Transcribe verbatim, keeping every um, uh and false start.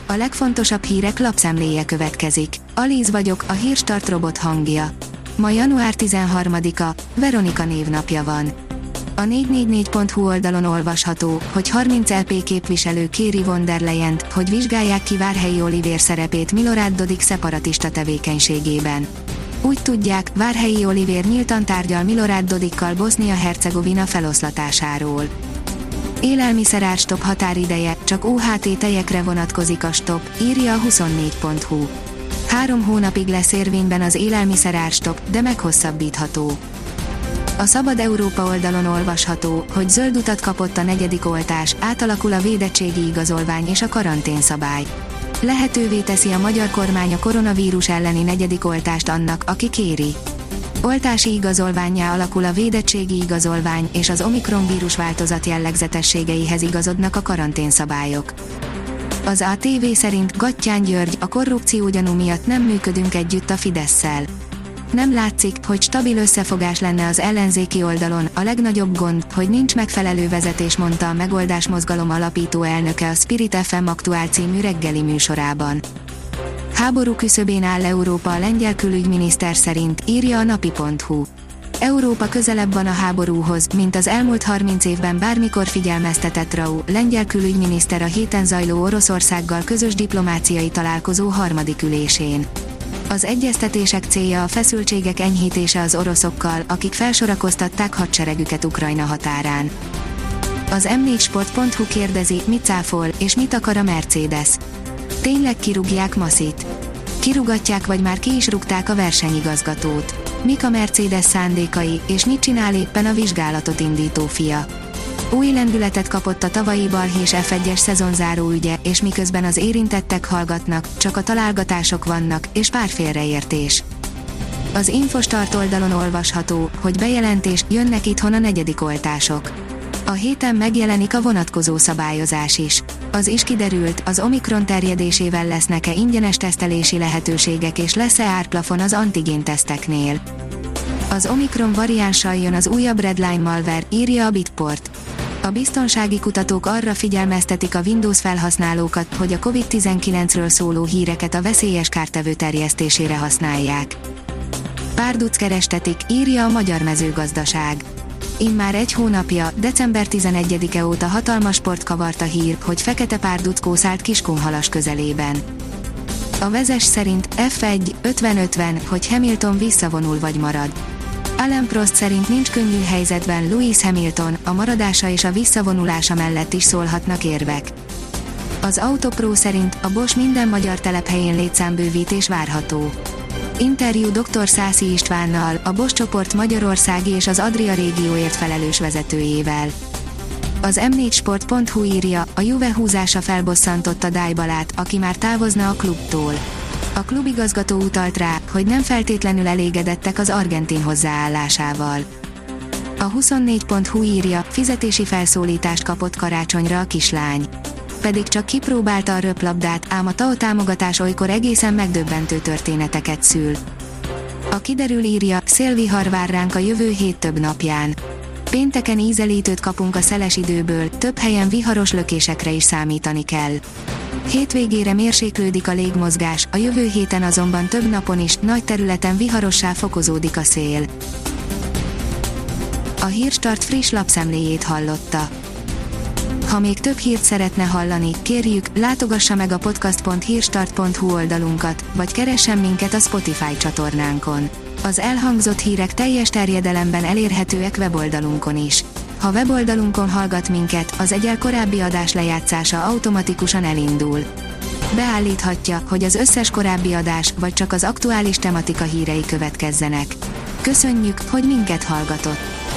A legfontosabb hírek lapszemléje következik. Alíz vagyok, a Hírstart robot hangja. Ma január tizenharmadika, Veronika névnapja van. A négy négy négy pont hu oldalon olvasható, hogy harminc é pé képviselő kéri von der Leyent, hogy vizsgálják ki Várhelyi Olivér szerepét Milorad Dodik szeparatista tevékenységében. Úgy tudják, Várhelyi Olivér nyíltan tárgyal Milorad Dodikkal Bosznia-Hercegovina feloszlatásáról. Élelmiszerárstop határideje, csak o há té tejekre vonatkozik a stop, írja a huszonnégy pont hu. Három hónapig lesz érvényben az élelmiszerárstop, de meghosszabbítható. A Szabad Európa oldalon olvasható, hogy zöld utat kapott a negyedik oltás, átalakul a védettségi igazolvány és a karanténszabály. Lehetővé teszi a magyar kormány a koronavírus elleni negyedik oltást annak, aki kéri. Oltási igazolvánnyá alakul a védettségi igazolvány, és az Omikron vírus változat jellegzetességeihez igazodnak a karanténszabályok. Az á té vé szerint Gattyán György, a korrupciógyanú miatt nem működünk együtt a Fidesszel. Nem látszik, hogy stabil összefogás lenne az ellenzéki oldalon, a legnagyobb gond, hogy nincs megfelelő vezetés, mondta a Megoldás Mozgalom alapító elnöke a Spirit ef em Aktuál című reggeli műsorában. Háború küszöbén áll Európa a lengyel külügyminiszter szerint, írja a napi pont hu. Európa közelebb van a háborúhoz, mint az elmúlt harminc évben bármikor, figyelmeztetett Rau, lengyel külügyminiszter a héten zajló Oroszországgal közös diplomáciai találkozó harmadik ülésén. Az egyeztetések célja a feszültségek enyhítése az oroszokkal, akik felsorakoztatták hadseregüket Ukrajna határán. Az em négy sport pont hu kérdezi, mit cáfol, és mit akar a Mercedes. Tényleg kirúgják Masit? Kirugatják, vagy már ki is rúgták a versenyigazgatót? Mik a Mercedes szándékai, és mit csinál éppen a vizsgálatot indító fia? Új lendületet kapott a tavalyi balhés ef egyes szezonzáró ügye, és miközben az érintettek hallgatnak, csak a találgatások vannak, és pár félreértés. Az Infostart oldalon olvasható, hogy bejelentés, jönnek itthon a negyedik oltások. A héten megjelenik a vonatkozó szabályozás is. Az is kiderült, az Omikron terjedésével lesznek-e ingyenes tesztelési lehetőségek, és lesz-e árplafon az antigén teszteknél. Az Omikron variánssal jön az újabb Redline malware, írja a Bitport. A biztonsági kutatók arra figyelmeztetik a Windows felhasználókat, hogy a kovid tizenkilencről szóló híreket a veszélyes kártevő terjesztésére használják. Párduc kerestetik, írja a Magyar Mezőgazdaság. Immár egy hónapja, december tizenegyedike óta hatalmas sport kavart a hír, hogy fekete párduc kószált Kiskunhalas közelében. A Vezes szerint ef egy, ötven ötven, hogy Hamilton visszavonul vagy marad. Alain Prost szerint nincs könnyű helyzetben Lewis Hamilton, a maradása és a visszavonulása mellett is szólhatnak érvek. Az Autopro szerint a Bosch minden magyar telephelyén létszámbővítés várható. Interjú dr. Szászi Istvánnal, a Bosch csoport magyarországi és az Adria régióért felelős vezetőjével. Az em négy sport pont hu írja, a Juve húzása felbosszantotta Dybalát, aki már távozna a klubtól. A klubigazgató utalt rá, hogy nem feltétlenül elégedettek az argentin hozzáállásával. A huszonnégy pont hu írja, fizetési felszólítást kapott karácsonyra a kislány. Pedig csak kipróbálta a röplabdát, ám a té á o támogatás olykor egészen megdöbbentő történeteket szül. A kiderül írja, szélvihar vár ránk a jövő hét több napján. Pénteken ízelítőt kapunk a szeles időből, több helyen viharos lökésekre is számítani kell. Hétvégére mérséklődik a légmozgás, a jövő héten azonban több napon is, nagy területen viharossá fokozódik a szél. A Hírstart friss lapszemléjét hallotta. Ha még több hírt szeretne hallani, kérjük, látogassa meg a podcast pont hírstart pont hu oldalunkat, vagy keressen minket a Spotify csatornánkon. Az elhangzott hírek teljes terjedelemben elérhetőek weboldalunkon is. Ha weboldalunkon hallgat minket, az egyel korábbi adás lejátszása automatikusan elindul. Beállíthatja, hogy az összes korábbi adás, vagy csak az aktuális tematika hírei következzenek. Köszönjük, hogy minket hallgatott!